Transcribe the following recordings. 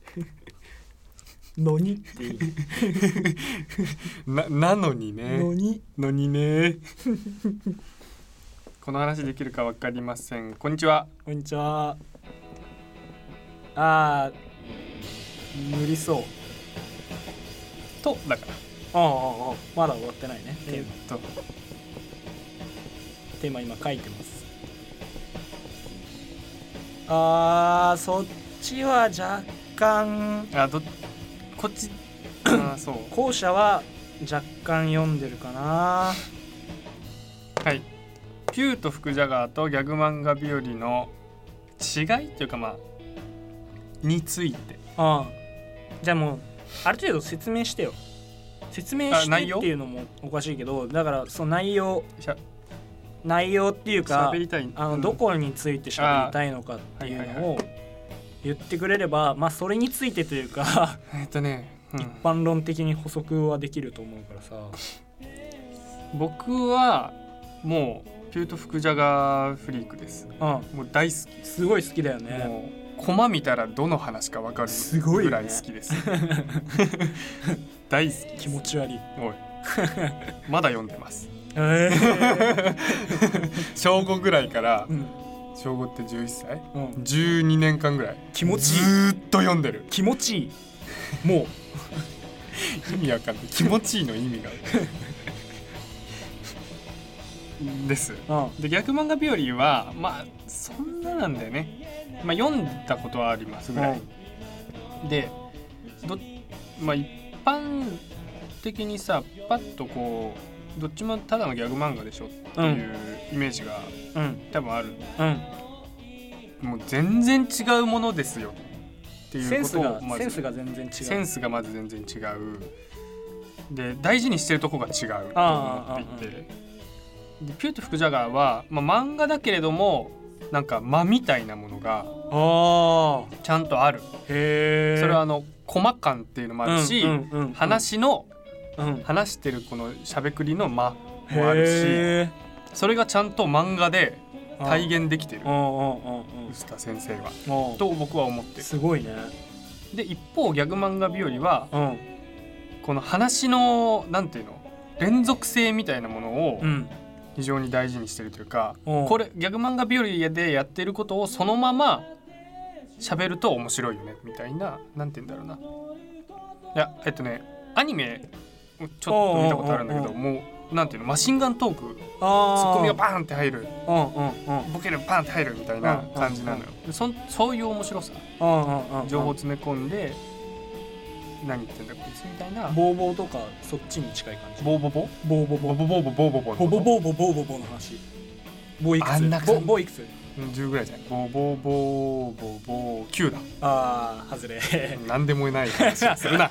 のにっていいなのにねのにねこの話できるか分かりません。こんにちは。 こんにちは。無理そうとだからまだ終わってないね。テーマ今書いてます。そっちは若干こっちそう後者は若干読んでるかな。 はい。ピューと福ジャガーとギャグ漫画日和の違いというかについて。 じゃあもうある程度説明してよ。説明してっていうのもおかしいけど、だからその内容っていうか喋りたい、 どこについて喋りたいのかっていうのを言ってくれれば、それについてというか一般論的に補足はできると思うからさ。 僕はもうピューと福ジャガーフリークです。もう大好き。 すごい好きだよね。 もうコマ見たらどの話か分かるぐらい好きです。大好き。 気持ち悪い。 おいまだ読んでます。小5ぐらいから、小5って11歳、12年間ぐらい気持ちいい。 ずっと読んでる。 気持ちいい。もう意味わかんない。気持ちいいの意味がです。でギャグ漫画日和はそんななんだよね。読んだことはありますぐらい、で一般的にさパッとこうどっちもただのギャグ漫画でしょっていうイメージが、多分ある、もう全然違うものですよっていうことをセンスが全然違う。 センスがまず全然違うで大事にしてるとこが違うと思っていて、でピューと福ジャガーは、漫画だけれどもなんか間みたいなものがちゃんとある。それはコマ感っていうのもあるし、話してるこのしゃべくりの間もあるし、それがちゃんと漫画で体現できてる臼田先生はと僕は思ってる。 すごいね。 で一方ギャグ漫画日和は、この話のなんていうの連続性みたいなものを非常に大事にしてるというか、これギャグ漫画日和でやってることをそのまま喋ると面白いよねみたいな、なんて言うんだろうな。いやアニメちょっと見たことあるんだけど、もうなんていうのマシンガントーク、ツッコミがバーンって入る、ボケるバーンって入るみたいな感じなのよ。そういう面白さ、情報詰め込んで何言ってんだこいつみたいな。 ボーボーとかそっちに近い感じ。 ボーボボボーボボボボーボボボボボボボボボボボの話。ボーいくつ？ボーいくつ ？10ぐらいじゃない。ボボボボボ9だ。 外れ。 何でもない話するな。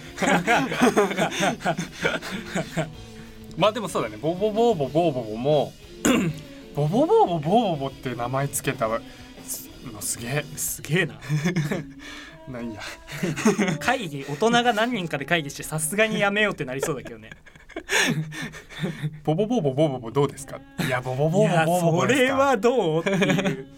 でもそうだね。ボボボボボボボもボボボボボボボって名前つけたのすげえな。ないや。 会議大人が何人かで会議してさすがにやめようってなりそうだけどね。 ボボボボボボボどうですか。いやボボボボボボですか。 それはどうっていう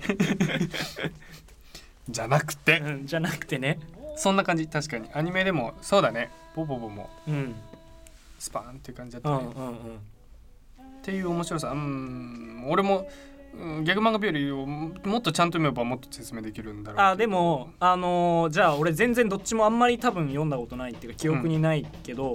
じゃなくて、 ね。 そんな感じ。確かにアニメでもそうだね。ボボボも、スパーンっていう感じだったね、っていう面白さ。俺もギャグ漫画日和をもっとちゃんと読めばもっと説明できるんだろう。 でもじゃあ俺全然どっちもあんまり多分読んだことないっていうか記憶にないけど、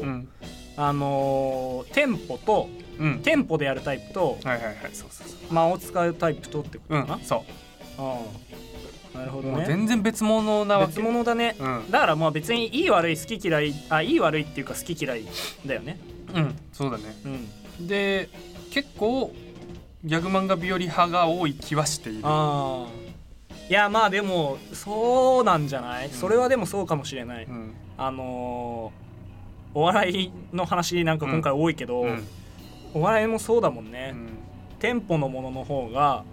テンポと、テンポでやるタイプと、間を使うタイプとってことかな。なるほどね。 もう全然別物なわけ。 別物だね、だから別にいい悪い好き嫌いいい悪いっていうか好き嫌いだよね。 そうだね、で結構ギャグ漫画日和派が多い気はしている。いやでもそうなんじゃない、それはでもそうかもしれない、お笑いの話なんか今回多いけど、お笑いもそうだもんね、テンポのものの方が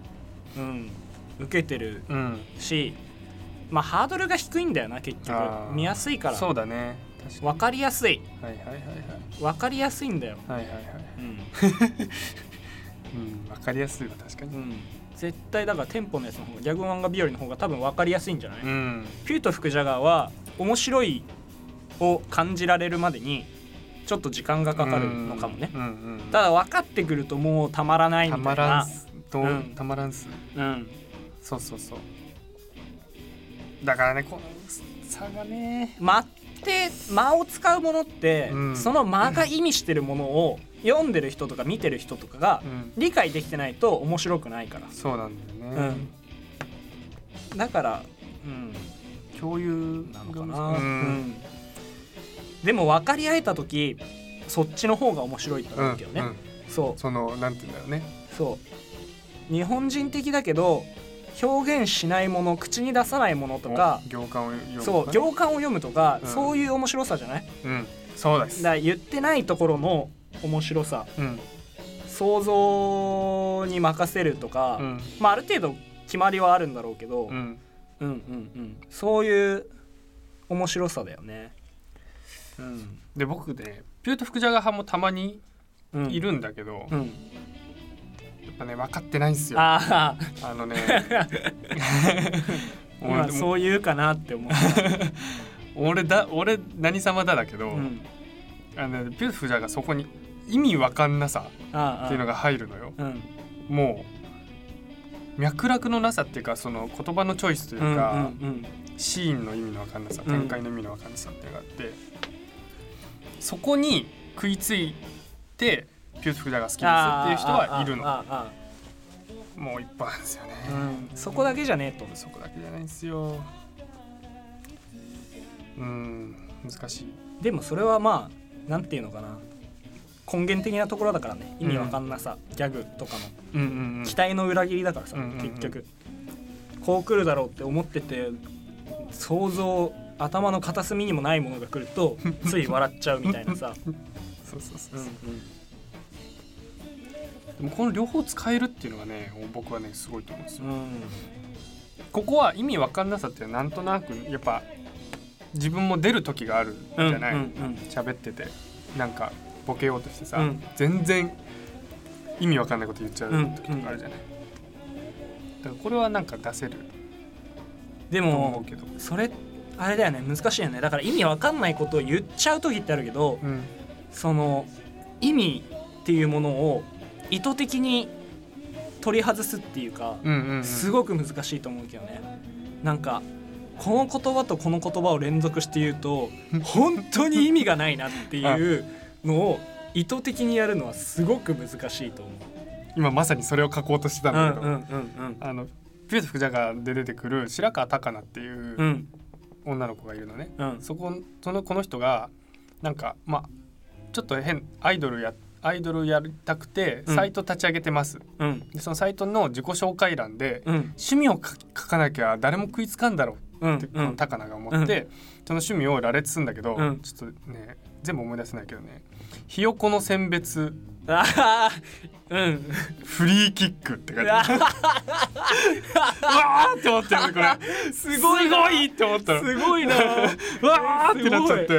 受けてるし、ハードルが低いんだよな結局。見やすいから。 そうだね。 分かりやすい。分かりやすいんだよ。 分かりやすいは確かに、 絶対だからテンポのやつの方がギャグ漫画日和の方が多分分かりやすいんじゃない？ピューと福ジャガーは面白いを感じられるまでにちょっと時間がかかるのかもね。ただ分かってくるともうたまらないみたいな。 たまらんす。そうだからね、この差がね、間を使うものって、その間が意味してるものを読んでる人とか見てる人とかが理解できてないと面白くないから。 そうなんだよね。 だから、 共有なのかな。でも分かり合えた時そっちの方が面白いと思うけどね。そのなんていうんだろうね。 そう日本人的だけど表現しないもの、口に出さないものとか、 行間を読むとか、 そう行間を読むとか、そういう面白さじゃない？ そうです。 だから言ってないところの面白さ、想像に任せるとか、ある程度決まりはあるんだろうけど、そういう面白さだよね。 で僕ね、ピューと福ジャガー派もたまにいるんだけど、やっぱね分かってないんですよ。ね今そう言うかなって思う。 俺何様だけど、ピューと福ジャガーそこに意味わかんなさっていうのが入るのよ。もう脈絡のなさっていうか、その言葉のチョイスというか、シーンの意味のわかんなさ、展開の意味のわかんなさっていうのがあって、そこに食いついてピューと福ジャガー好きですっていう人はいるの。もう一般ですよね。 そこだけじゃねえと。 そこだけじゃないんですよ。難しい。 でもそれはなんていうのかな、根源的なところだからね。意味わかんなさ、ギャグとかの期待の裏切りだからさ、結局こう来るだろうって思ってて、想像頭の片隅にもないものが来るとつい笑っちゃうみたいなさ。でもこの両方使えるっていうのがね、僕はねすごいと思うんですよ。ここは意味わかんなさってなんとなくやっぱ自分も出る時があるじゃない。喋っててなんかボケようとしてさ、全然意味わかんないこと言っちゃう時とかあるじゃない。だからこれはなんか出せる。 でもそれあれだよね、難しいよね。だから意味わかんないことを言っちゃう時ってあるけど、その意味っていうものを意図的に取り外すっていうか、すごく難しいと思うけどね。なんかこの言葉とこの言葉を連続して言うと本当に意味がないなっていうのを意図的にやるのはすごく難しいと思う。 今まさにそれを書こうとしてたんだけど、ピューと福ジャガーで出てくる白川高菜っていう女の子がいるのね。この人がなんかちょっとアイドルやりたくてサイト立ち上げてます。でそのサイトの自己紹介欄で、趣味を書かなきゃ誰も食いつかんだろうって、この高菜が思って、その趣味を羅列するんだけど、ちょっとね全部思い出せないけどね、ひよこの選別、フリーキックって書いてある。うわーって思ってる、これすごいって思ったの。 すごいな。 うわーってなっちゃって、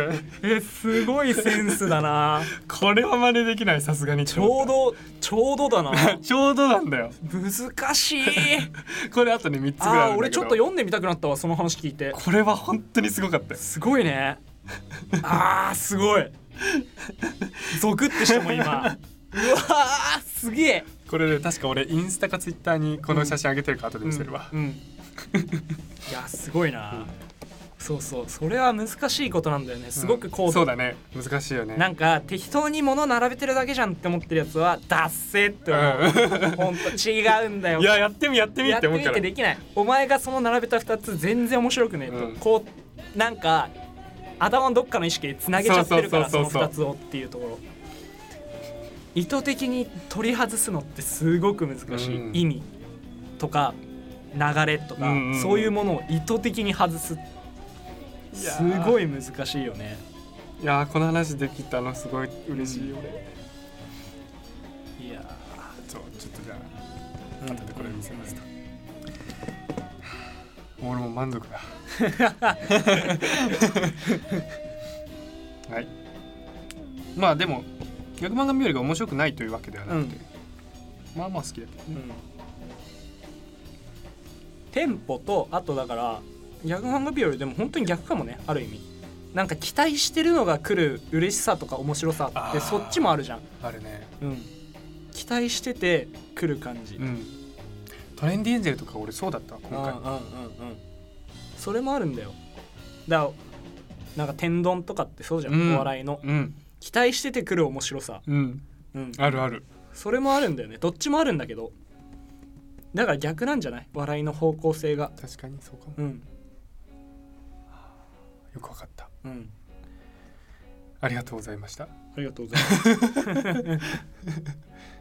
すごいセンスだな。 これは真似できない、さすがに。 ちょうどだな。 ちょうどなんだよ。 難しい。 これあとね3つぐらいあるんだけど、 俺ちょっと読んでみたくなったわ、その話聞いて。 これは本当にすごかったよ。 すごいね。すごい。ゾクってしても今。うわーすげえ。 これで確か俺インスタかツイッターにこの写真上げてるか後で見せるわ。 いやすごいな。そうそれは難しいことなんだよね。すごく高度。 そうだね、難しいよね。 なんか適当に物並べてるだけじゃんって思ってるやつはダッセって思う。ほんと違うんだよ。 いややってみって思うから。やってみてできない。お前がその並べた2つ全然面白くねえと、こうなんか頭のどっかの意識でつなげちゃってるから、その2つをっていうところ意図的に取り外すのってすごく難しい。意味とか流れとか、そういうものを意図的に外す、すごい難しいよね。 いやこの話できたのすごい嬉しい。 俺いやちょっとじゃあ後でこれ見せますと、俺も満足だ。はい。でもギャグ漫画日和が面白くないというわけではなくて、まあまあ好きだけどね。 テンポと、あとだからギャグ漫画日和でも本当に逆かもね、ある意味。なんか期待してるのが来る嬉しさとか面白さってそっちもあるじゃん。 あるね。 期待してて来る感じ。 トレンディエンジェルとか俺そうだった今回。 それもあるんだよ。だからなんか天丼とかってそうじゃん、お笑いの、期待してて来る面白さ、 あるある。 それもあるんだよね。どっちもあるんだけど、だから逆なんじゃない、笑いの方向性が。 確かにそうかも。よくわかった。ありがとうございました。 ありがとうございます